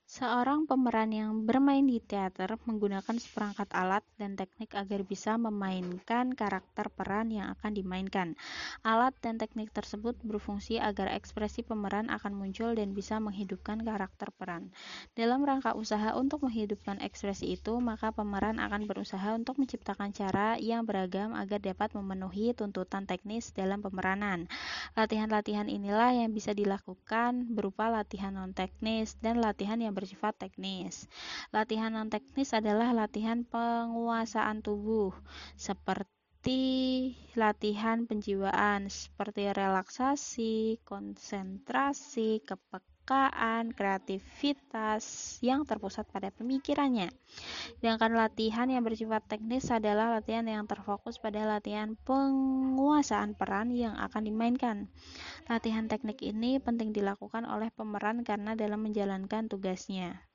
Seorang pemeran yang bermain di teater menggunakan seperangkat alat dan teknik agar bisa memainkan karakter peran yang akan dimainkan. Alat dan teknik tersebut berfungsi agar ekspresi pemeran akan muncul dan bisa menghidupkan karakter peran. Dalam rangka usaha untuk menghidupkan ekspresi itu, maka pemeran akan berusaha untuk menciptakan cara yang beragam agar dapat memenuhi tuntutan teknis dalam pemeranan. Latihan-latihan inilah yang bisa dilakukan berupa latihan non-teknis dan latihan yang bersifat teknis. Latihan non-teknis adalah latihan penguasaan tubuh, seperti latihan penjiwaan, seperti relaksasi, konsentrasi, kepekaan, kreativitas yang terpusat pada pemikirannya. Sedangkan latihan yang bersifat teknis adalah latihan yang terfokus pada latihan penguasaan peran yang akan dimainkan. Latihan teknik ini penting dilakukan oleh pemeran karena dalam menjalankan tugasnya.